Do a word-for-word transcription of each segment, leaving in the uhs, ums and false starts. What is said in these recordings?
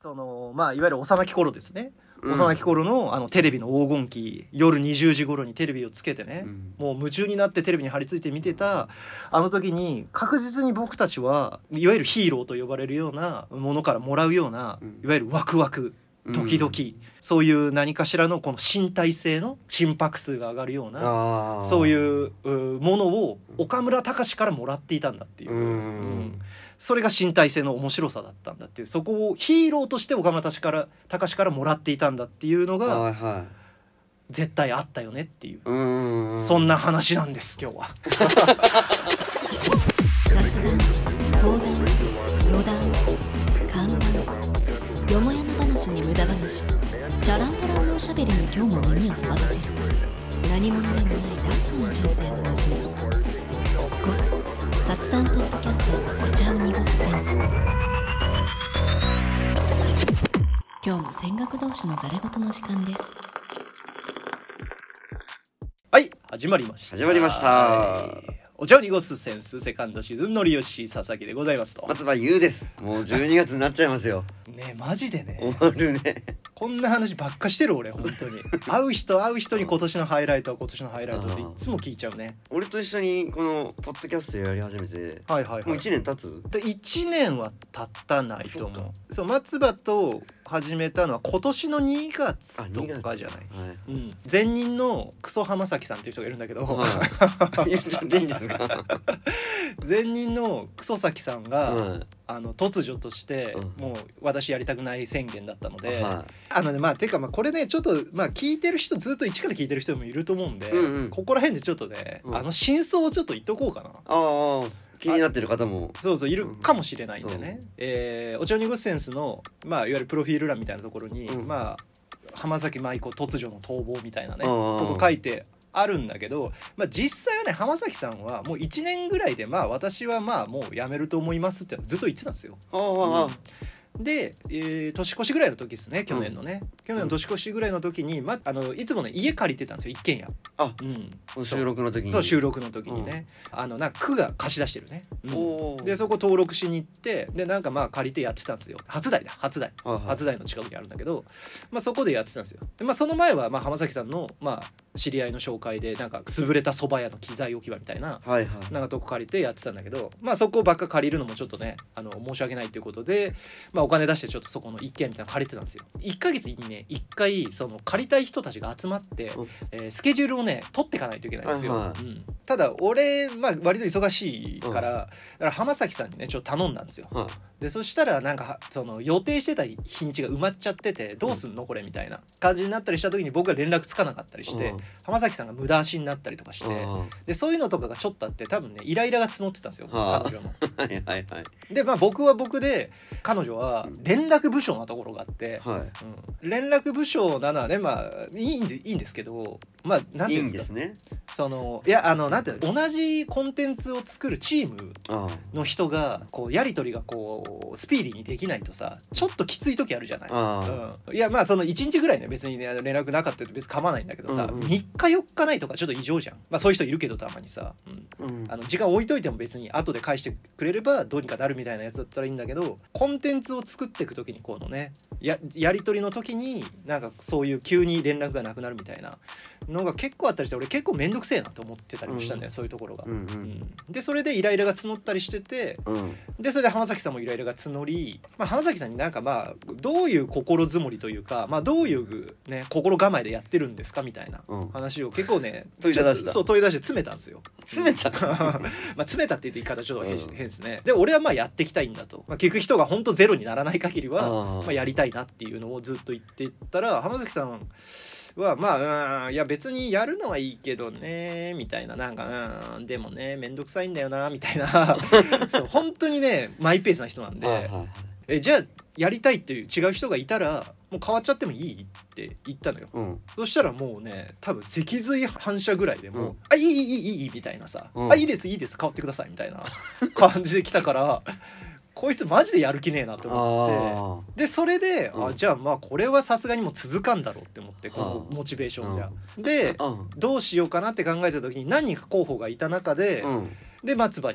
そのまあいわゆる幼き頃ですね、うん、幼き頃のあのテレビの黄金期、夜にじゅうじ頃にテレビをつけてね、うん、もう夢中になってテレビに張り付いて見てたあの時に、確実に僕たちはいわゆるヒーローと呼ばれるようなものからもらうような、うん、いわゆるワクワクドキドキ、うん、そういう何かしらのこの身体性の心拍数が上がるような、そういうものを岡村隆史からもらっていたんだっていう、うんうん、それが身体性の面白さだったんだっていう、そこをヒーローとして岡村隆史から隆史からもらっていたんだっていうのが、はいはい、絶対あったよねっていう、うんうんうん、そんな話なんです今日は。雑談、講談、余談、観覧、よもやま話に無駄話、チャランポランのおしゃべりに今日も耳をそば立てる、何者でもないダークな人生の娘ご雑談ポッドキャスト、お茶を濁すセンス。今日も戦学同士のざれ言の時間です。はい、始まりました始まりました、 お茶を濁すセンスセカンドシーズンのりよし佐々木でございますと。 松葉優です。もうじゅうにがつになっちゃいますよ。 ね、マジでね。 終わるね。 こんな話ばっかしてる俺本当に。会う人会う人に今年のハイライトは今年のハイライトっていつも聞いちゃうね。 俺と一緒にこのポッドキャストやり始めて、はいはいはい、もういちねん経つ？ でいちねんは経たないと思う。そう、松葉と始めたのは今年のにがつとかじゃない、はい、うん、前任のクソ浜崎さんっていう人がいるんだけど、はい、言っちゃっていいんですか？前任のクソ崎さんが、うん、あの突如として、うん、もう私やりたくない宣言だったので、はい、あのねまあてかまあこれねちょっとまあ聞いてる人ずっと一から聞いてる人もいると思うんで、うんうん、ここら辺でちょっとね、うん、あの真相をちょっと言っとこうかな。ああ気になってる方もそうそういるかもしれないんでね、うん、えー、お茶を濁すセンスの、まあ、いわゆるプロフィール欄みたいなところに、うん、まあ浜崎舞子突如の逃亡みたいなねこと書いてあるんだけど、まあ、実際はね浜崎さんはもういちねんぐらいでまあ私はまあもう辞めると思いますってずっと言ってたんですよ。あ、うん、で、えー、年越しぐらいの時ですね、去年のね、うん、去年の年越しぐらいの時に、ま、あのいつもね家借りてたんですよ、一軒家。あ、 うん、収録の時に。 そう収録の時にね、うん、あのなんか区が貸し出してるね、うん、でそこ登録しに行って、でなんかまあ借りてやってたんですよ。初台だ初台、はいはい、初台の近くにあるんだけど、まあ、そこでやってたんですよ。で、まあ、その前はまあ浜崎さんのまあ知り合いの紹介でなんか潰れた蕎麦屋の機材置き場みたいな、はいはい、なんかとこ借りてやってたんだけど、まあそこばっか借りるのもちょっとねあの申し訳ないということで、まあ、お金出してちょっとそこの一軒みたいなの借りてたんですよ。いっかげつにねいっかいその借りたい人たちが集まって、うん、えー、スケジュールをね取っていかないといけないんですよ、はいはい、うん、ただ俺、まあ、割と忙しいから、うん、だから浜崎さんにねちょっと頼んだんですよ、はい、でそしたらなんかその予定してた日にちが埋まっちゃっててどうすんのこれみたいな感じになったりした時に僕が連絡つかなかったりして、うん、浜崎さんが無駄足になったりとかして、うん、でそういうのとかがちょっとあって多分ねイライラが募ってたんですよ、彼女の。はいはいはい。でまあ僕は僕で彼女は連絡部署なところがあって、はい、うん、連絡部署なのはねまあいいんでいいんですけど、まあなんていうんですか、いいんですね。そのいやあのなんていうの、同じコンテンツを作るチームの人がこうやり取りがこうスピーディーにできないとさちょっときつい時あるじゃない、うん、いやまあそのいちにちぐらいね別にね連絡なかったって別に構わないんだけどさ、うんうん、みっかよっかないとかちょっと異常じゃん。まあそういう人いるけどたまにさ、うんうん、あの時間置いといても別に後で返してくれればどうにかなるみたいなやつだったらいいんだけど、コンテンツを作っていく時にこのね や, やり取りの時になんかそういう急に連絡がなくなるみたいなのが結構あったりして、俺結構めんどくせえなと思ってたりもしたんだよ、うん、そういうところが、うんうんうん、でそれでイライラが募ったりしてて、うん、でそれで浜崎さんもイライラが募り、まあ、浜崎さんになんかまあどういう心づもりというか、まあ、どういう、ね、心構えでやってるんですかみたいな話を結構ね、うん、問い出したそう問い出して詰めたんですよ。 詰めたまあ詰めたって言い方ちょっと変、うん、変ですね。で俺はまあやっていきたいんだと、まあ、聞く人が本当ゼロにならない限りはまあ、やりたいなっていうのをずっと言っていったら、浜崎さんはまあ、うん、いや別にやるのはいいけどねみたいな、なんか、うん、でもねめんどくさいんだよなみたいなそう本当にねマイペースな人なんで、はいはいはい、えじゃあやりたいっていう違う人がいたらもう変わっちゃってもいいって言ったのよ、うん、そしたらもうね多分脊髄反射ぐらいでもう、うん、あいいいいいいいいみたいなさ、うん、あいいですいいです変わってくださいみたいな感じで来たからこいつマジでやる気ねえなと思って、でそれで、うん、あじゃあまあこれはさすがにもう続かんだろうって思って、このモチベーションじゃ、うん、で、うん、どうしようかなって考えた時に何人か候補がいた中で、うん、で松葉に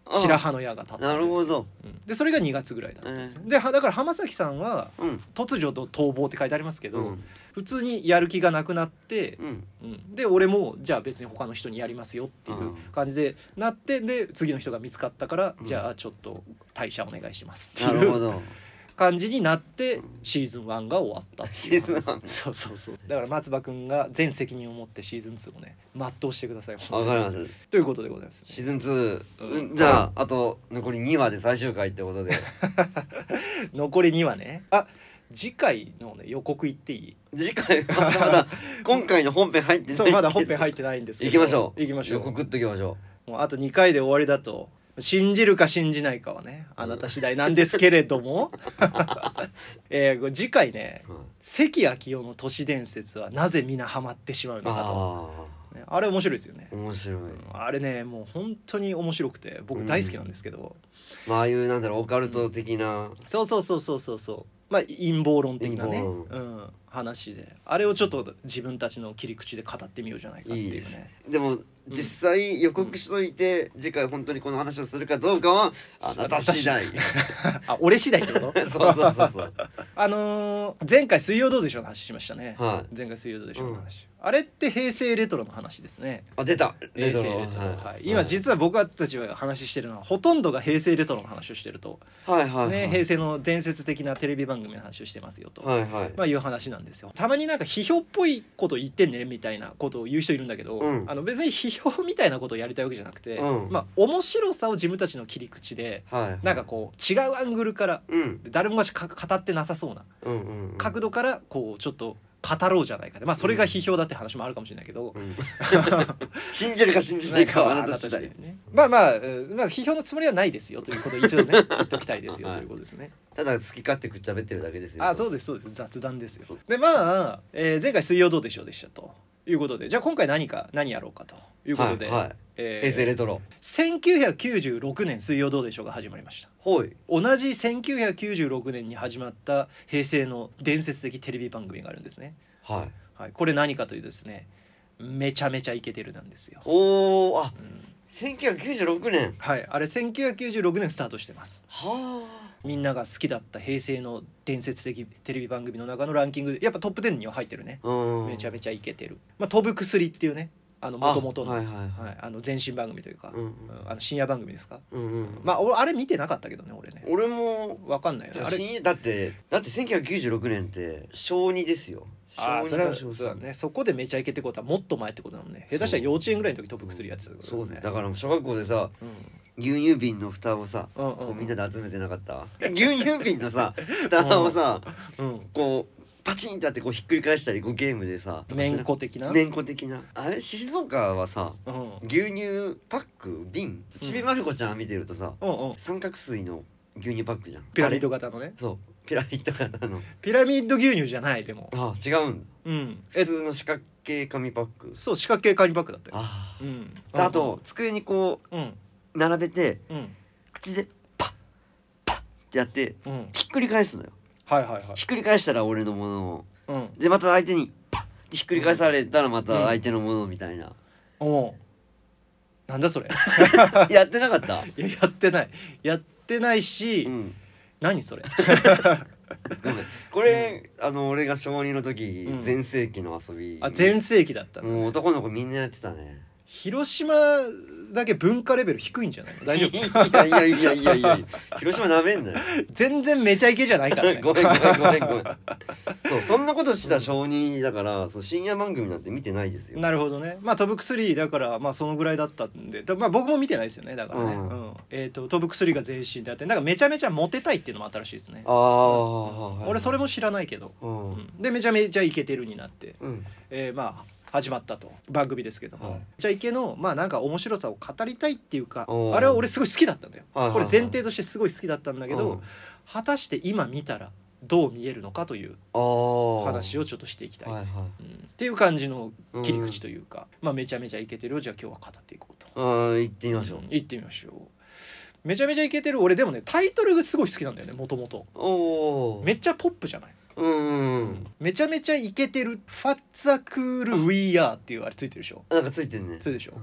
白羽の矢が立ったんですよ。 なるほど、 うん、でそれがにがつぐらいだったんです、えー、でだから浜崎さんは、うん、突如と逃亡って書いてありますけど、うん、普通にやる気がなくなって、うんうん、で俺もじゃあ別に他の人にやりますよっていう感じでなって、で次の人が見つかったから、うん、じゃあちょっと退社お願いしますっていう、なるほど感じになってシーズンワンが終わったっていう。シーズンワンそうそうそう。だから松葉くんが全責任を持ってシーズンツーをね全うしてください。 わかります。 ということでございます、ね、 シーズンツー、うん、じゃああと残りにわで最終回ってことで残りにわね。あ、次回のね予告言っていい？ 次回まだまだ今回の本編入ってない。 そうまだ本編入ってないんですけど。 行きましょう。 行きましょう。 予告っときましょう。もうあとにかいで終わりだと。信じるか信じないかはねあなた次第なんですけれども、えー、次回ね、うん、関明夫の都市伝説はなぜ皆ハマってしまうのかと。 あ,、ね、あれ面白いですよね。 面白い、うん、 あれねもう本当に面白くて僕大好きなんですけど、 うん、まあああいうなんだろうオカルト的な、 うん、そうそうそうそうそうそうまあ陰謀論的なね、うん、話であれをちょっと自分たちの切り口で語ってみようじゃないかっていうね。いいですでも実際予告しといて、うん、次回本当にこの話をするかどうかはあなた次第あ俺次第ってことそうそうそうそうあのー、前回水曜どうでしょうの話しましたね、はい、前回水曜どうでしょうの話、うん、あれって平成レトロの話ですね。 あ出た平成レトロ、はいはい、今実は僕たちは話してるのはほとんどが平成レトロの話をしてると、はいはいはいね、平成の伝説的なテレビ番組の話をしてますよと、はいはい、まあ、いう話なんですよ。たまになんか批評っぽいこと言ってんねみたいなことを言う人いるんだけど、うん、あの別に批評みたいなことをやりたいわけじゃなくて、うん、まあ面白さを自分たちの切り口で、はいはい、なんかこう違うアングルから、うん、誰もが語ってなさそうな角度からこうちょっと語ろうじゃないかね。まあそれが批評だって話もあるかもしれないけど、うん、 信じるか信じないかはあなた次第、 ね、まあまあ、まあ批評のつもりはないですよということを一度ね言っておきたいですよということですね。 ただ好き勝手くっちゃべってるだけですよ。 あ、そうですそうです、雑談ですよ。でまあ、えー、前回水曜どうでしょうでしたということで、じゃあ今回何か何やろうかということで、はいはい、 えー、平成レトロせんきゅうひゃくきゅうじゅうろくねん水曜どうでしょうが始まりました。 はい。 同じせんきゅうひゃくきゅうじゅうろくねんに始まった平成の伝説的テレビ番組があるんですね。 はい、 はい、これ何かというとですね、めちゃめちゃイケてるなんですよ。 おー、あ、うん、せんきゅうひゃくきゅうじゅうろくねん、 はい、あれせんきゅうひゃくきゅうじゅうろくねんスタートしてます。 はあ。 みんなが好きだった平成の伝説的テレビ番組の中のランキングでやっぱトップじゅうには入ってるね。めちゃめちゃイケてる、まあ、飛ぶ薬っていうねあの元々の、はいはいはい、あの前身番組というか、うんうん、あの深夜番組ですか、うんうん、まあ俺あれ見てなかったけどね俺ね。 俺も分かんないよねあれ。 だってだってせんきゅうひゃくきゅうじゅうろくねんって小にですよ。 ああそれはそうだね。そこでめちゃイケってことはもっと前ってことだもんね。下手したら幼稚園ぐらいの時飛ぶ薬やってたから、ね、 そうね。だから小学校でさ、うん、牛乳瓶の蓋をさ、うんうんうん、こうみんなで集めてなかった。牛乳瓶のさ蓋をさ、うん、こうパチンってやってこうひっくり返したりこうゲームでさ、 めんこ的なめんこ的なあれ静岡はさ、うん、牛乳パック瓶ちびまる子ちゃん見てるとさ、うんうん、三角錐の牛乳パックじゃん。 ピラミッド型のね。 そうピラミッド型のピラミッド牛乳じゃないでも。 ああ違うんだ。 うん、 普通の四角形紙パック。 そう四角形紙パックだったよ。 あ、うん、あと机にこう、うん、並べて、うん、口でパッパッってやって、うん、ひっくり返すのよ。 はいはいはい。 ひっくり返したら俺のものを、うん、でまた相手にパッってひっくり返されたらまた相手のものみたいな、 うん、おなんだそれやってなかった？ いややってないやってないし、うん、何それごめんこれ、うん、あの俺が小にの時、うん、全盛期の遊び。 あ全盛期だったの、ね、 もう男の子みんなやってたね。 広島だけ文化レベル低いんじゃないの？大丈夫？ いやいやいやいやいやいや広島なめんなよ。 全然めちゃイケじゃないからね。 ごめんごめんごめんごめん。そうそんなことした小にだから、うん、そう深夜番組なんて見てないですよ。 なるほどね。まあ飛ぶ薬だからまあそのぐらいだったんで、まあ僕も見てないですよねだからね。うんうん、えっ、ー、と飛ぶ薬が全身であって、なんかめちゃめちゃモテたいっていうのもあったらしいですね。ああ、うん、俺それも知らないけど、うんうん、でめちゃめちゃイケてるになって、うん、えー、まあ。始まったと番組ですけども、はい、じゃあ池のまあなんか面白さを語りたいっていうか、あれは俺すごい好きだったんだよ、はいはいはい、これ前提としてすごい好きだったんだけど、果たして今見たらどう見えるのかという話をちょっとしていきたい、はいはい、うん、っていう感じの切り口というか、うん、まあめちゃめちゃイケてるをじゃあ今日は語っていこうと。 ああ行ってみましょう、うん、 行ってみましょう。めちゃめちゃイケてる。俺でもねタイトルがすごい好きなんだよね。もともとめっちゃポップじゃない？うん、めちゃめちゃイケてる。ファッツァクールウィーアーっていうあれついてるでしょ。 なんかついてるね。 ついてるでしょ。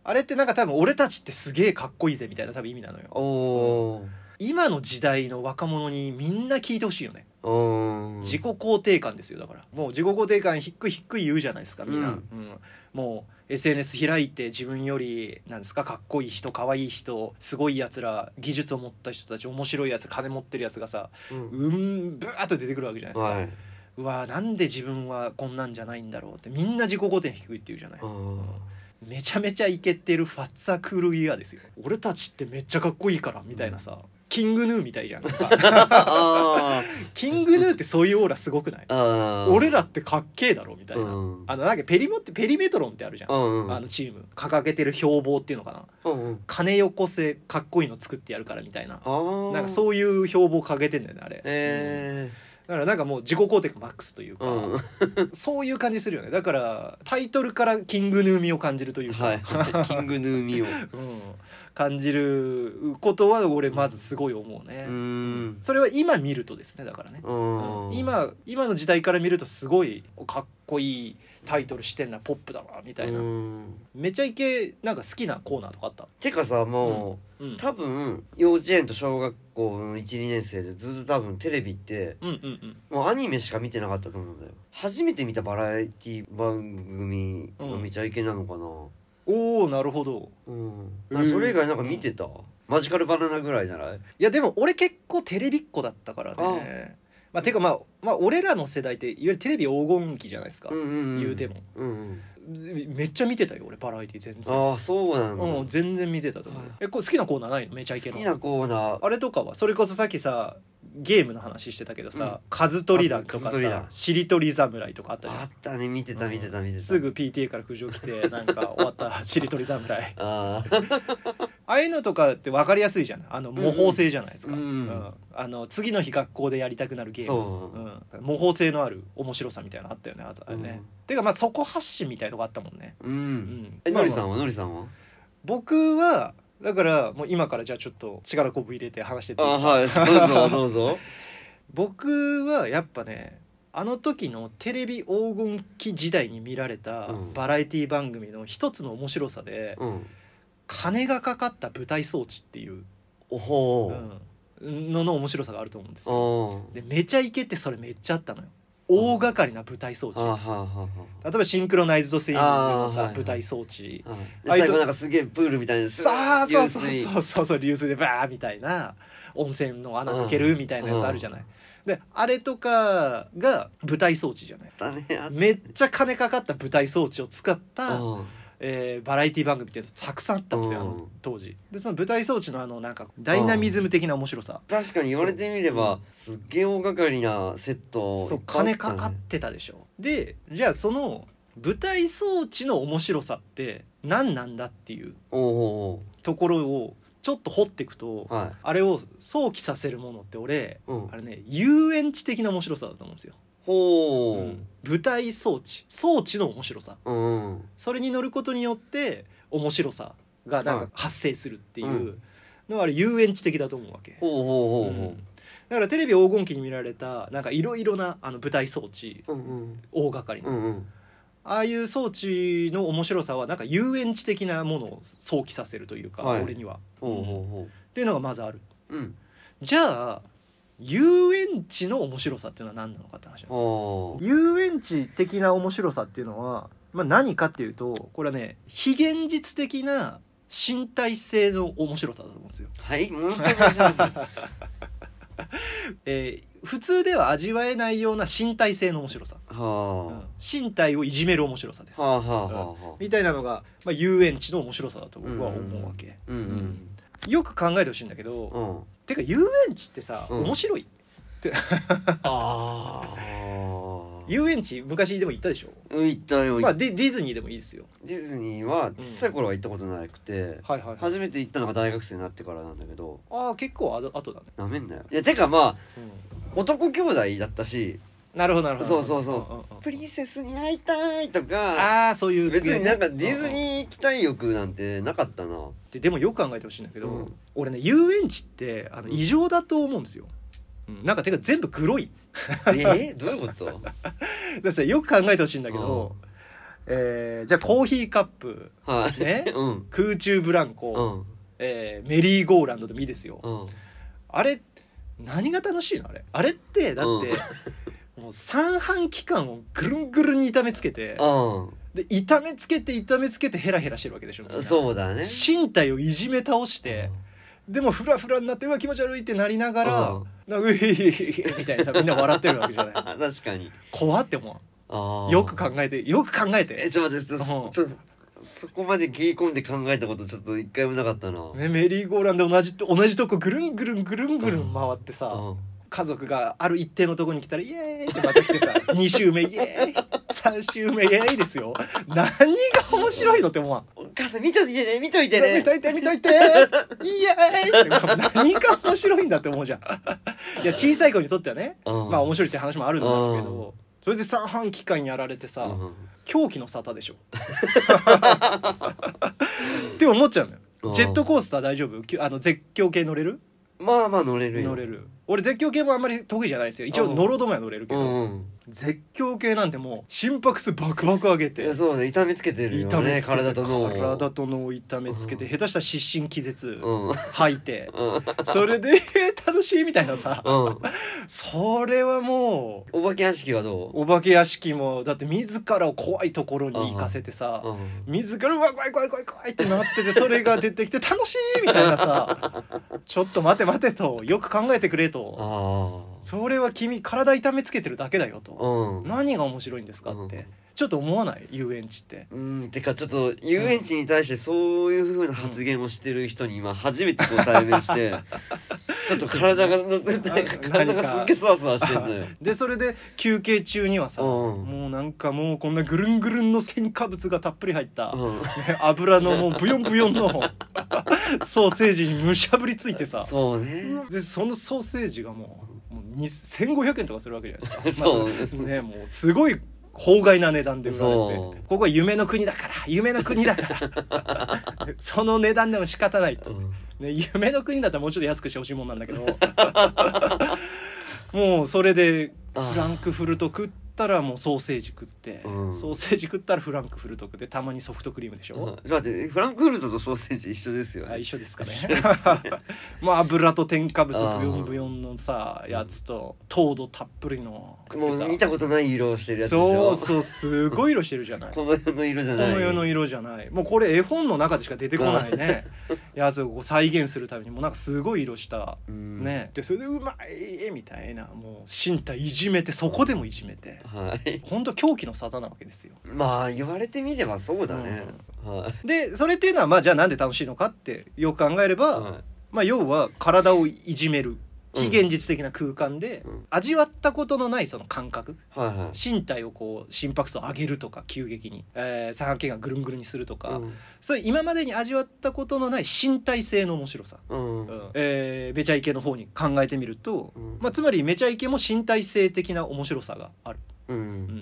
あれってなんか多分俺たちってすげえかっこいいぜみたいな多分意味なのよ。 おー、 今の時代の若者にみんな聞いてほしいよね。自己肯定感ですよ。だからもう自己肯定感低い低い言うじゃないですかみんな、うんうん、もう エスエヌエス 開いて自分よりなんですかかっこいい人かわいい人すごいやつら技術を持った人たち面白いやつ金持ってるやつがさ、うん、うんブワーッと出てくるわけじゃないですか、はい、うわなんで自分はこんなんじゃないんだろうってみんな自己肯定低いって言うじゃない、うん、めちゃめちゃイケてるファッツァクールギアですよ。俺たちってめっちゃかっこいいからみたいなさ、うん、キングヌーみたいじゃんキングヌーってそういうオーラすごくない？俺らってかっけえだろみたいな、うん、あのなんかペリモってペリメトロンってあるじゃん、うんうん、あのチーム掲げてる標榜っていうのかな、うんうん、金よこせかっこいいの作ってやるからみたいな、なんかそういう標榜掲げてんだよねあれ、えーだからなんかもう自己肯定感マックスというか、うん、そういう感じするよね。だからタイトルからキングヌーミを感じるというか、はい、 キングヌーミを、うん、 感じることは俺まずすごい思うね。うん、それは今見るとですねだからね、うんうん、今今の時代から見るとすごいかっこいいタイトルしてんなポップだわみたいな、うん、めちゃイケなんか好きなコーナーとかあった？ てかさもう、うんうん、多分幼稚園と小学校の いち,に 年生でずっと多分テレビって、うんうんうん、もうアニメしか見てなかったと思うんだよ。初めて見たバラエティ番組のめちゃイケなのかな、うん、 おーなるほど、 うん、あそれ以外なんか見てた、うん、マジカルバナナぐらいじゃない？いやでも俺結構テレビっ子だったからね。まあ、てかまあ、まあ俺らの世代っていわゆるテレビ黄金期じゃないですか、うんうんうん、言うても、うんうん、めっちゃ見てたよ俺バラエティ全然。 ああそうなんだ、 うん、全然見てたと思う、はい、えこれ好きなコーナーないの？めちゃイケの好きなコーナーあれとかはそれこそさっきさゲームの話してたけどさ、うん、数取り団とかさしりとり侍とかあったじゃん。 あったね見てた見てた見てた、うん、 すぐ ピーティーエー から苦情来てなんか終わったしりとり侍ああいうのとかって分かりやすいじゃん。あの模倣性じゃないですか、うんうん、あの次の日学校でやりたくなるゲーム、うん、模倣性のある面白さみたいなのあったよねあとあれね、うん、てかまあそこ発信みたいなとこあったもんね。うん、うん、 えのりさんはのりさんは僕はだからもう今からじゃあちょっと力こぶ入れて話してっていいですか？ あ、はい、どうぞどうぞ僕はやっぱねあの時のテレビ黄金期時代に見られたバラエティ番組の一つの面白さで、うん、金がかかった舞台装置っていうおほ、うん、のの面白さがあると思うんですよ。でめちゃイケってそれめっちゃあったのよ。大掛かりな舞台装置、例えばシンクロナイズドスイミングのさ舞台装置、 最後なんかすげえプールみたいなさあそうそうそうそうそう流水でバーみたいな温泉の穴開けるみたいなやつあるじゃない。であれとかが舞台装置じゃない。めっちゃ金かかった舞台装置を使ったえー、バラエティ番組ってたくさんあったんですよ、あの当時で。その舞台装置のあのなんかダイナミズム的な面白さ、 確かに言われてみればすっげえ大掛かりなセット、 そう金かかってたでしょ。でじゃあその舞台装置の面白さって何なんだっていうところをちょっと掘っていくと、はい、あれを想起させるものって俺、うん、あれね遊園地的な面白さだと思うんですよ。ほう、うん、舞台装置装置の面白さ、うん、それに乗ることによって面白さがなんか発生するっていうのはあれ遊園地的だと思うわけ。ほうほうほうほう、うん、だからテレビ黄金期に見られたなんかいろいろなあの舞台装置、うんうん、大掛かりな、うんうん、ああいう装置の面白さはなんか遊園地的なものを想起させるというか、はい、俺には、ほうほうほうっていうのがまずある、うん、じゃあ遊園地の面白さっていうのは何なのかって話なんですよ。遊園地的な面白さっていうのは、まあ、何かっていうとこれはね非現実的な身体性の面白さだと思うんですよ。 はい、もう一回お願いします、 えー、普通では味わえないような身体性の面白さ、はあ、うん、身体をいじめる面白さです、はあはあはあ、うん、みたいなのが、まあ、遊園地の面白さだと僕は思うわけ、うんうんうんうん、よく考えてほしいんだけど、うん、てか遊園地ってさ、うん、面白いってあ遊園地昔でも行ったでしょ。 行ったよ、 まあ、ディ, ディズニーでもいいですよ。 ディズニーは小さい頃は行ったことなくて、うんはいはいはい、初めて行ったのが大学生になってからなんだけど。 ああ結構あとだね。 なめんなよ。いやてかまあ、うん、男兄弟だったし。 なるほどなるほど。 そうそうそう、うんうんうん、プリンセスに会いたいとか、 ああそういう別になんかディズニー行きたい欲なんてなかったな。 で, でもよく考えてほしいんだけど、うん、俺ね遊園地ってあの異常だと思うんですよ、うん、なんかてか全部グロいえー、どういうことだってよく考えてほしいんだけど、 えー、じゃあコーヒーカップ、 はいね、 うん、 空中ブランコ、 うん、 えー、メリーゴーランドでもいいですよ、 うん、 あれ何が楽しいのあれあれってだって、うん、もう三半規管をぐるんぐるんに痛めつけて、 うん、 で痛めつけて痛めつけてヘラヘラしてるわけでしょ。 そうだね。 身体をいじめ倒して、うん、でもフラフラになってうわ気持ち悪いってなりながら、うん、なんかうひひひみたいなさみんな笑ってるわけじゃない確かに怖って思う。あよく考えてよく考えてえちょっと待ってちょっと、うん、ちょっとそこまで切り込んで考えたことちょっと一回もなかったな、 ね、メリーゴーランド同じ同じとこぐるんぐるんぐるんぐるん回ってさ、うんうん、家族がある一定のとこに来たらイエーイってまた来てさに周目イエーイさん周目イエーイですよ。何が面白いのって思わん。 お母さん見といてね見といてね見といて見といてイエーイって何が面白いんだって思うじゃん。いや小さい子にとってはね、うん、まあ面白いって話もあるんだろうけど、それで三半規管やられてさ、うん、狂気の沙汰でしょって思っちゃうのよ。ジェットコースター大丈夫？あの絶叫系乗れる？ まあまあ乗れるよ。 乗れる。俺絶叫系もあんまり得意じゃないですよ。一応乗ろうともは乗れるけど、うん、絶叫系なんてもう心拍数バクバク上げて、 そうね痛めつけてるよね。体と脳体と脳を痛めつけて、うん、下手したら失神気絶、うん、吐いて、うん、それで楽しいみたいなさ、うん、それはもうお化け屋敷はどう？ お化け屋敷もだって自らを怖いところに行かせてさ、うん、自らうわ怖い怖い怖い怖いってなってて、それが出てきて楽しいみたいなさちょっと待て待てとよく考えてくれと、あそれは君体痛めつけてるだけだよと、うん、何が面白いんですかって、うん、ちょっと思わない？遊園地ってうんてかちょっと遊園地に対してそういう風な発言をしてる人に今初めてこう対面して、うん、ちょっと体が体がすっげえスワスワしてるのよ。 でそれで休憩中にはさ、うん、もうなんかもうこんなぐるんぐるんの添加物がたっぷり入った、うんね、油のもうブヨンブヨンのソーセージにむしゃぶりついてさ、 そうね。 でそのソーセージがもう、もうせんごひゃくえんとかするわけじゃないですかそうね、もうすごい法外な値段で売られて、ここは夢の国だから夢の国だからその値段でも仕方ないと、うんね、夢の国だったらもうちょっと安くしてほしいもんなんだけどもうそれでフランクフルト食ったらもうソーセージ食って、うん、ソーセージ食ったらフランクフルト食って、たまにソフトクリームでしょ、うん、 待ってフランクフルトとソーセージ一緒ですよね。 あ一緒ですかねまあ油と添加物ブヨンブヨンのさやつと糖度たっぷりの食ってさ、もう見たことない色をしてるやつでしょ。 そうそうすごい色してるじゃないこの世の色じゃない、 この世の色じゃない、もうこれ絵本の中でしか出てこないねやつをこう再現するためにもうなんかすごい色したね、でそれでうまいみたいな、もう身体いじめて、そこでもいじめて、はい、本当狂気の沙汰なわけですよ。 まあ言われてみればそうだね、 うんはい、でそれっていうのはまあじゃあなんで楽しいのかってよく考えれば、はい、まあ要は体をいじめる非現実的な空間で、うん、味わったことのないその感覚、はいはい、身体をこう心拍数を上げるとか急激に、えー、三半規管がぐるんぐるんにするとか、うん、そういう今までに味わったことのない身体性の面白さ、うんうんえー、めちゃイケの方に考えてみると、うんまあ、つまりめちゃイケも身体性的な面白さがある、うんうん、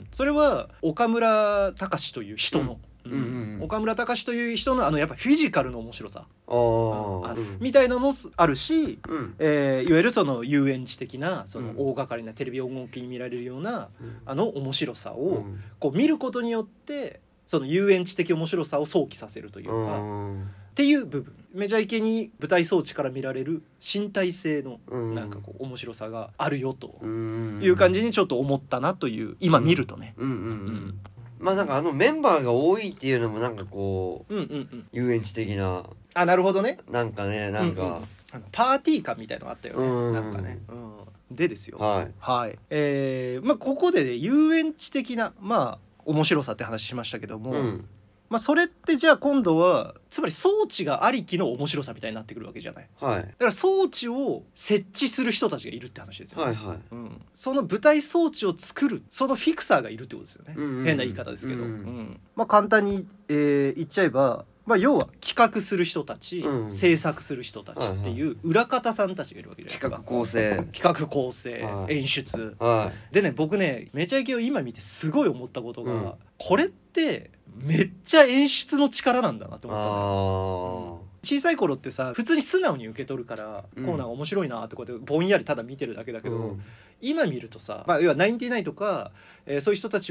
それは岡村隆史という人の、うんうんうんうん、岡村隆史という人のあのやっぱフィジカルの面白さあ、うん、みたいなのもあるし、うんえー、いわゆるその遊園地的なその大掛かりなテレビ音楽に見られるような、うん、あの面白さをこう見ることによってその遊園地的面白さを想起させるというか、うん、っていう部分、めちゃイケに舞台装置から見られる身体性のなんかこう面白さがあるよという感じにちょっと思ったなという今見るとね、うんうんうんうんまあなんかあのメンバーが多いっていうのもなんかこう、うんうんうん、遊園地的なあなるほどねなんかねなんか、うんうん、あのパーティー感みたいのあったよね、うんうん、なんかね、うん、でですよはい、はいえーまあ、ここで、ね、遊園地的なまあ面白さって話しましたけども、うんまあ、それってじゃあ今度はつまり装置がありきの面白さみたいになってくるわけじゃない、はい、だから装置を設置する人たちがいるって話ですよね、はいはいうん、その舞台装置を作るそのフィクサーがいるってことですよね、うんうんうん、変な言い方ですけど、うんうんまあ、簡単に、えー、言っちゃえば、まあ、要は企画する人たち、うん、制作する人たちっていう裏方さんたちがいるわけじゃないですか。 企画構成企画構成、はい、演出、はい、でね僕ねめちゃイケを今見てすごい思ったことが、うん、これってめっちゃ演出の力なんだなと思ったのよ。小さい頃ってさ普通に素直に受け取るから、うん、コーナー面白いなってこうやってぼんやりただ見てるだけだけど、うん、今見るとさ、まあ、要はナインティナインとか、えー、そういう人たちを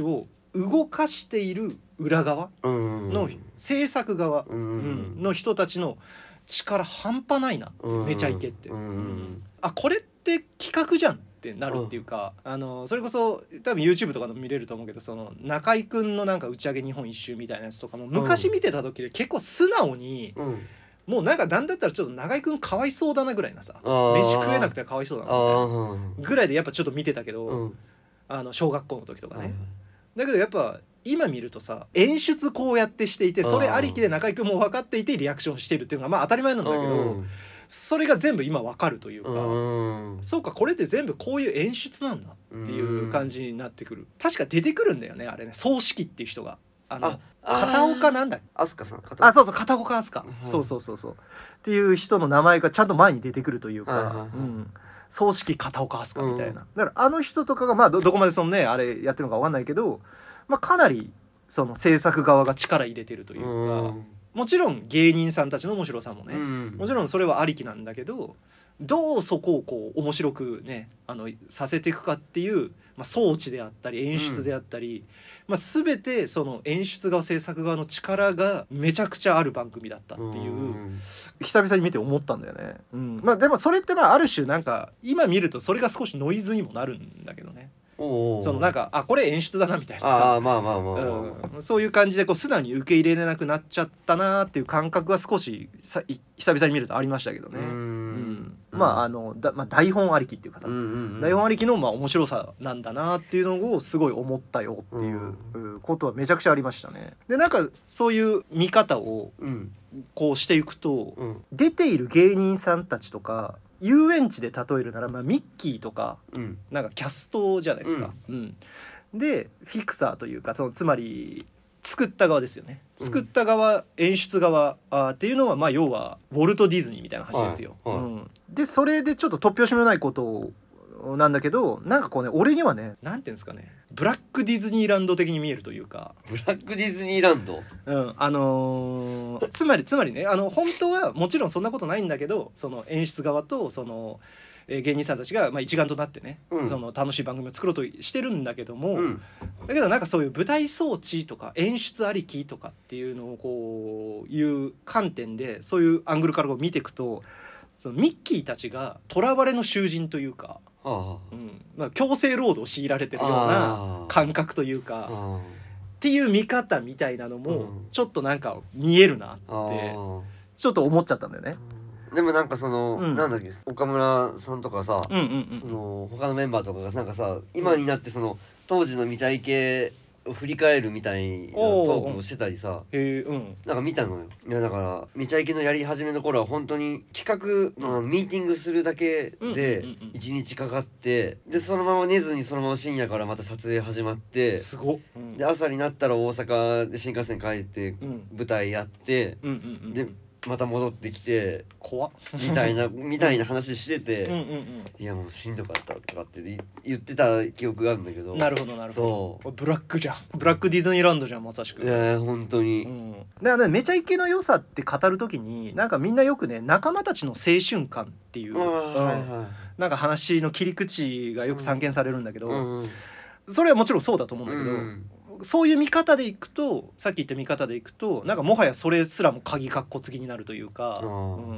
動かしている裏側の制作側の人たちの力半端ないな、めちゃイケって、あこれって企画じゃんってなるっていうか、あのそれこそ多分 YouTube とかでも見れると思うけど、その中居くんのなんか打ち上げ日本一周みたいなやつとかも昔見てた時で結構素直に、もうなんかなんだったらちょっと中居くんかわいそうだなぐらいなさ、飯食えなくてかわいそうだなみたいなぐらいでやっぱちょっと見てたけど、あの小学校の時とかね。だけどやっぱ今見るとさ、演出こうやってしていて、それありきで中居君も分かっていてリアクションしてるっていうのがまあ当たり前なんだけど、それが全部今分かるというか、そうかこれって全部こういう演出なんだっていう感じになってくる。確か出てくるんだよねあれね、葬式っていう人が、あの片岡なんだっけ、 飛鳥さん、 あそうそう片岡飛鳥、そうそうそうそうっていう人の名前がちゃんと前に出てくるというか、葬式片岡飛鳥みたいな、だからあの人とかがまあ ど, どこまでそのねあれやってるのか分かんないけど、まあ、かなりその制作側が力入れてるというか、もちろん芸人さんたちの面白さもね、もちろんそれはありきなんだけど、どうそこをこう面白くねあのさせていくかっていう、まあ、装置であったり演出であったり、まあ、全てその演出側制作側の力がめちゃくちゃある番組だったっていう久々に見て思ったんだよね、うん、まあでもそれってまあある種なんか今見るとそれが少しノイズにもなるんだけどね。そのなんかあこれ演出だなみたいなさ、 あまあまあまあ、まあうん、そういう感じでこう素直に受け入れれなくなっちゃったなっていう感覚は少しさ久々に見るとありましたけどね。うん、うん、まああのだ、まあ、台本ありきっていうかさ、うんうんうん、台本ありきのまあ面白さなんだなっていうのをすごい思ったよっていうことはめちゃくちゃありましたね。でなんかそういう見方をこうしていくと、うん、出ている芸人さんたちとか遊園地で例えるなら、まあ、ミッキーとか、うん、なんかキャストじゃないですか、うんうん、でフィクサーというかそのつまり作った側ですよね、作った側、うん、演出側あっていうのはまあ要はウォルト・ディズニーみたいな話ですよ、はいはい、うん、でそれでちょっと突拍子もないことをなんだけど、なんかこうね俺にはねなんていうんですかね、ブラックディズニーランド的に見えるというか。 ブラックディズニーランド、 うんあのー、つまりつまりねあの本当はもちろんそんなことないんだけど、その演出側とその、えー、芸人さんたちがまあ一丸となってね、うん、その楽しい番組を作ろうとしてるんだけども、うん、だけどなんかそういう舞台装置とか演出ありきとかっていうのをこういう観点でそういうアングルからこう見ていくと、そのミッキーたちが囚われの囚人というか、ああ、うんまあ、強制労働を強いられてるような感覚というかっていう見方みたいなのもちょっとなんか見えるなってちょっと思っちゃったんだよね。 でもなんかその、うん、なんだっけ岡村さんとかさ、うんうんうん、その他のメンバーとかがなんかさ今になってその当時のめちゃイケ振り返るみたいなトークをしてたりさ、へー、うん、なんか見たのよ。いやだからめちゃイケのやり始めの頃は本当に企画、うん、ミーティングするだけでいちにちかかって、でそのまま寝ずにそのまま深夜からまた撮影始まって、すごっ、うん、で朝になったら大阪で新幹線帰って舞台やって、うんうんうんうん、でまた戻ってきて怖っみたいなみたいな話しててうんうん、うん、いやもうしんどかったとかって言ってた記憶があるんだけど。 なるほどなるほど、そうブラックじゃん、ブラックディズニーランドじゃんまさしく。 いや本当に、うん、 だからねめちゃイケの良さって語るときになんかみんなよくね仲間たちの青春感っていう、うんはいはい、なんか話の切り口がよく散見されるんだけど、うんうん、それはもちろんそうだと思うんだけど、うんそういう見方でいくとさっき言った見方でいくとなんかもはやそれすらも鍵かっこつぎになるというか、うん、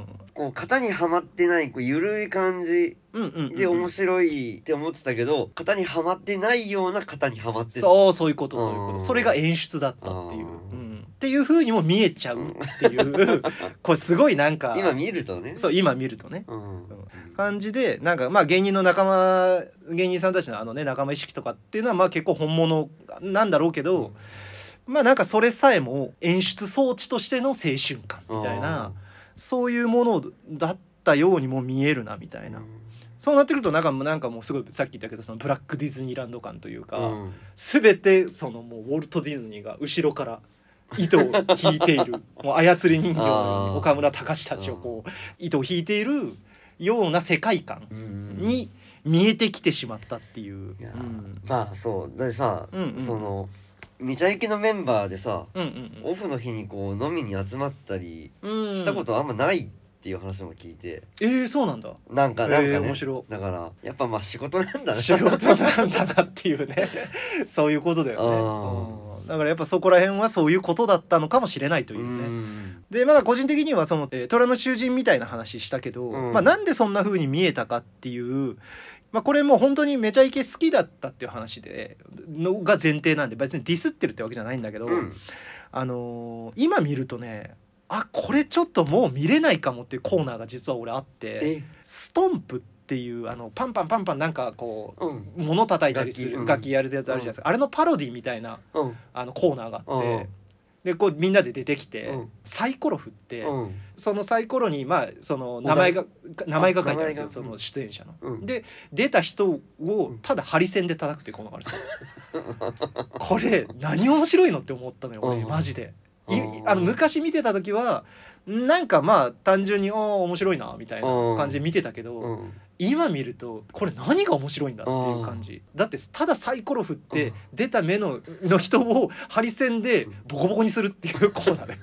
こう型にはまってないこう緩い感じで面白いって思ってたけど、型にはまってないような型にはまってそうそういうことそういうこと、それが演出だったっていう、うん、っていう風にも見えちゃうっていうこれすごいなんか今見るとねそう今見るとね、うんうん、感じでなんかまあ芸人の仲間芸人さんたちのあのね仲間意識とかっていうのはまあ結構本物なんだろうけど、うん、まあなんかそれさえも演出装置としての青春感みたいなそういうものだったようにも見えるなみたいな、うん、そうなってくるとなんかなんかもうすごいさっき言ったけどそのブラックディズニーランド感というか、うん、全てそのもうウォルト・ディズニーが後ろから糸を引いているもう操り人形のように岡村隆史たちをこう糸を引いているような世界観に見えてきてしまったっていう、 いや、 うん、 まあそうでさ、うんうん、そのめちゃイケのメンバーでさ、うんうんうん、オフの日にこう飲みに集まったりしたことあんまないっていう話も聞いて、 えー、そうなんだ。 なんかなんかね、 えー、面白だからやっぱまあ仕事なんだね仕事なんだなっていうねそういうことだよね、うん、だからやっぱそこら辺はそういうことだったのかもしれないというね。うんでまだ個人的にはその、えー、虎の囚人みたいな話したけど、うん、まあ、なんでそんな風に見えたかっていう、まあ、これもう本当にめちゃイケ好きだったっていう話でのが前提なんで別にディスってるってわけじゃないんだけど、うん、あのー、今見るとね、あこれちょっともう見れないかもっていうコーナーが実は俺あって、ストンプっていうあのパンパンパンパンなんかこう、うん、物叩いたりする楽器やるやつあるじゃないですか、うん、あれのパロディみたいな、うん、あのコーナーがあって、うん、でこうみんなで出てきて、うん、サイコロ振って、うん、そのサイコロにまあその名前が名前が書いてあるんですよ、その出演者の、うん、で出た人をただハリセンで叩くっていうコーナーがあるんですよこれ何面白いのって思ったのよ俺、マジで。あの昔見てた時はなんかまあ単純にあ面白いなみたいな感じで見てたけど、うん、今見るとこれ何が面白いんだっていう感じだって、ただサイコロ振って出た目のの人をハリセンでボコボコにするっていうコーナーで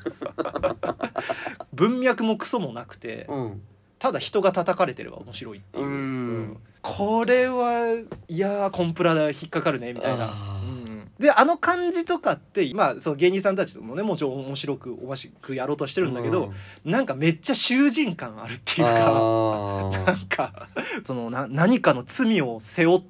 文脈もクソもなくて、うん、ただ人が叩かれてれば面白いっていう、うん、これはいやーコンプラで引っかかるねみたいな。であの感じとかってまあその芸人さんたちともねもちろん面白くおもしくやろうとしてるんだけど、うん、なんかめっちゃ囚人感あるっていうかなんかそのな何かの罪を背負って、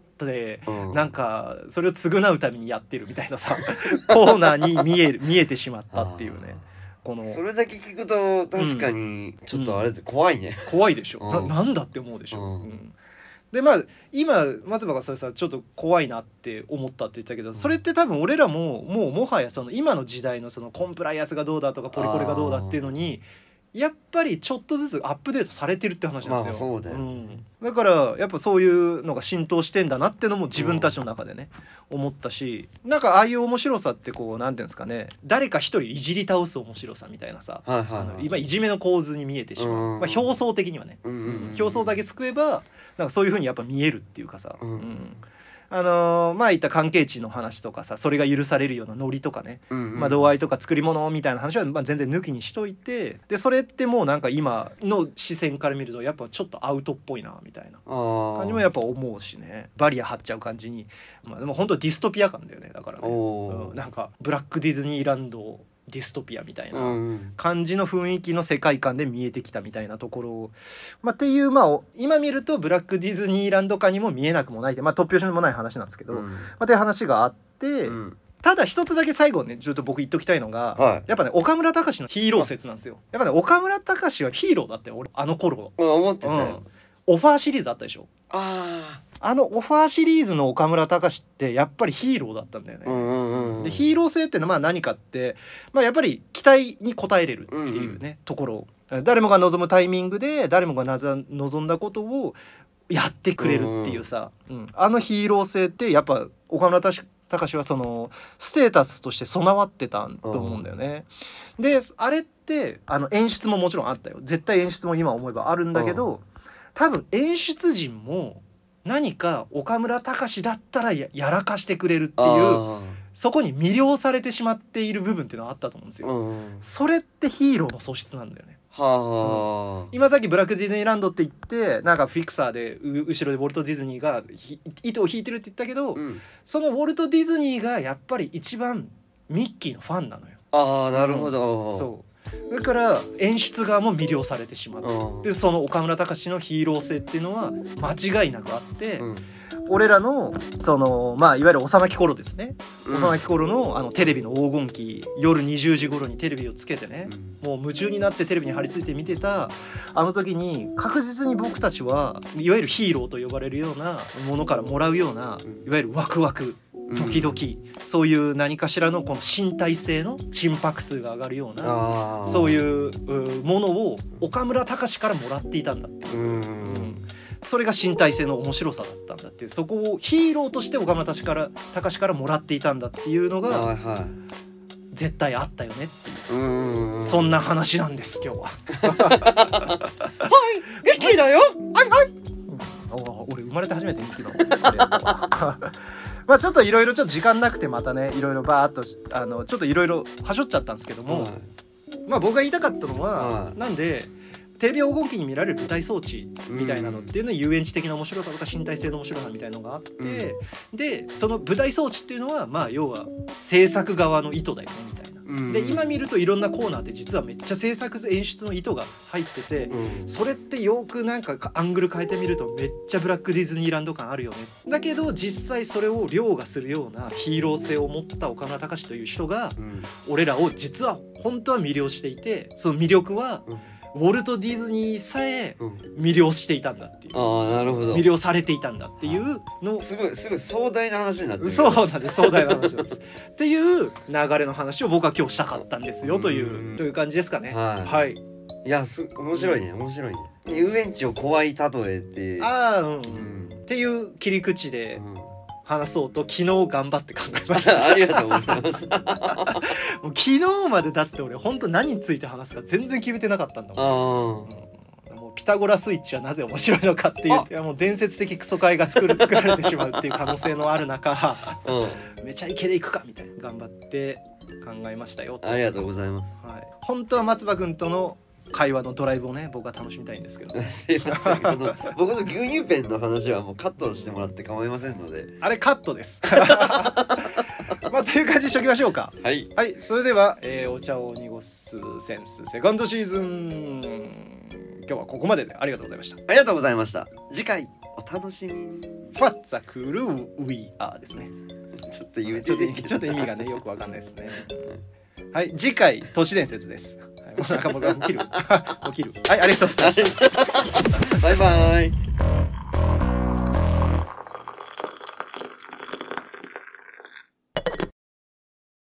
うん、なんかそれを償うためにやってるみたいなさコーナーに見える見えてしまったっていうね。このそれだけ聞くと確かにちょっとあれって怖いね、 うん、怖いでしょ、うん、な, なんだって思うでしょ、うんうんでまあ今松葉がそれさちょっと怖いなって思ったって言ったけど、それって多分俺らももうもはやその今の時代のそのコンプライアンスがどうだとかポリコレがどうだっていうのにやっぱりちょっとずつアップデートされてるって話なんですよ。 まあそうだよ、うん、 だからやっぱそういうのが浸透してんだなってのも自分たちの中でね、うん、思ったし、なんかああいう面白さってこうなんていうんですかね、誰か一人いじり倒す面白さみたいなさ、はいはいはい、あの今いじめの構図に見えてしまう、うん、まあ、表層的にはね、うんうんうん、表層だけ救えばなんかそういう風にやっぱ見えるっていうかさ、うんうんあのー、まあ言った関係値の話とかさ、それが許されるようなノリとかね、うんうん、まあ、度合いとか作り物みたいな話はまあ全然抜きにしといて、でそれってもうなんか今の視線から見るとやっぱちょっとアウトっぽいなみたいな感じもやっぱ思うしね、バリア張っちゃう感じに、まあ、でも本当ディストピア感だよね。だからね、うん、なんかブラックディズニーランドディストピアみたいな感じの雰囲気の世界観で見えてきたみたいなところを、まあ、っていうまあ今見るとブラックディズニーランド化にも見えなくもないって、まあ、突拍子もない話なんですけど、うんまあ、っていう話があって、うん、ただ一つだけ最後ねちょっと僕言っときたいのが、はい、やっぱね岡村隆史のヒーロー説なんですよ。やっぱね岡村隆史はヒーローだったよ俺あの頃、 うん、思ってたよ、 うん、オファーシリーズあったでしょ。ああのオファーシリーズの岡村隆史ってやっぱりヒーローだったんだよね、うんうんうん、でヒーロー性ってのはまあ何かって、まあ、やっぱり期待に応えれるっていうね、うんうん、ところ誰もが望むタイミングで誰もが望んだことをやってくれるっていうさ、うんうん、あのヒーロー性ってやっぱ岡村隆史はそのステータスとして備わってたと思うんだよね、うん、であれってあの演出ももちろんあったよ。絶対演出も今思えばあるんだけど、うん、多分演出陣も何か岡村隆史だったら や, やらかしてくれるっていうそこに魅了されてしまっている部分っていうのはあったと思うんですよ、うん、それってヒーローの素質なんだよね。はうん、今さっきブラックディズニーランドって言ってなんかフィクサーで後ろでウォルト・ディズニーが糸を引いてるって言ったけど、うん、そのウォルト・ディズニーがやっぱり一番ミッキーのファンなのよ。 ああなるほど、 うん、そうだから演出側も魅了されてしまう。でその岡村隆史のヒーロー性っていうのは間違いなくあって、うん、俺らのそのまあいわゆる幼き頃ですね、うん、幼き頃のあのテレビの黄金期夜にじゅうじ頃にテレビをつけてね、うん、もう夢中になってテレビに張り付いて見てたあの時に確実に僕たちはいわゆるヒーローと呼ばれるようなものからもらうようないわゆるワクワク時々、うん、そういう何かしらのこの身体性の心拍数が上がるようなそういうものを岡村隆史からもらっていたんだっていう、うんうん、それが身体性の面白さだったんだっていう、そこをヒーローとして岡村隆史から隆史からもらっていたんだっていうのが、はいはい、絶対あったよねっていう、うんうん、そんな話なんです今日ははいミッキーだよはいはい、うん、俺生まれて初めてミッキーだもんまあちょっといろいろちょっと時間なくてまたねいろいろバーっとあのちょっといろいろはしょっちゃったんですけども、はい、まあ僕が言いたかったのは、はい、なんでテレビ黄金期に見られる舞台装置みたいなのっていうのは遊園地的な面白さとか身体性の面白さみたいなのがあって、うん、でその舞台装置っていうのはまあ要は制作側の意図だよねみたいな。で今見るといろんなコーナーで実はめっちゃ制作演出の意図が入ってて、うん、それってよくなんかアングル変えてみるとめっちゃブラックディズニーランド感あるよね。だけど実際それを凌駕するようなヒーロー性を持った岡村隆史という人が、うん、俺らを実は本当は魅了していて、その魅力は、うんウォルト・ディズニーさえ魅了していたんだっていう、 うん、あなるほど魅了されていたんだっていうのすごいすごい壮大な話になってる。 そうなんです壮大な話なんですっていう流れの話を僕は今日したかったんですよというという感じですかね。はい、はい、 いやす面白いね面白いね。遊園地を怖い例えてあ、うんうん、っていう切り口で、うん話そうと昨日頑張って考えましたありがとうございますもう昨日までだって俺本当何について話すか全然決めてなかったんだもん、うん、もうピタゴラスイッチはなぜ面白いのかっていういやもう伝説的クソ回が作る作られてしまうっていう可能性のある中、うん、めちゃイケでいくかみたいな頑張って考えましたよ。 ありがとうございます、 はい、本当は松葉君との会話のドライブをね僕は楽しみたいんですけどすいませんあの僕の牛乳ペンの話はもうカットしてもらって構いませんのであれカットですまあという感じにしときましょうか。 はい、 はい、それでは、えー、お茶を濁すセンスセカンドシーズン今日はここまででありがとうございました。 ありがとうございました。次回お楽しみに。 ファッツァクルーウィーアーですね。 ちょっと言うちょっとちょっと意味がねよくわかんないですねはい次回都市伝説です。はい、もうなんか僕は起きる起きるはいありがとうございますバイバイ。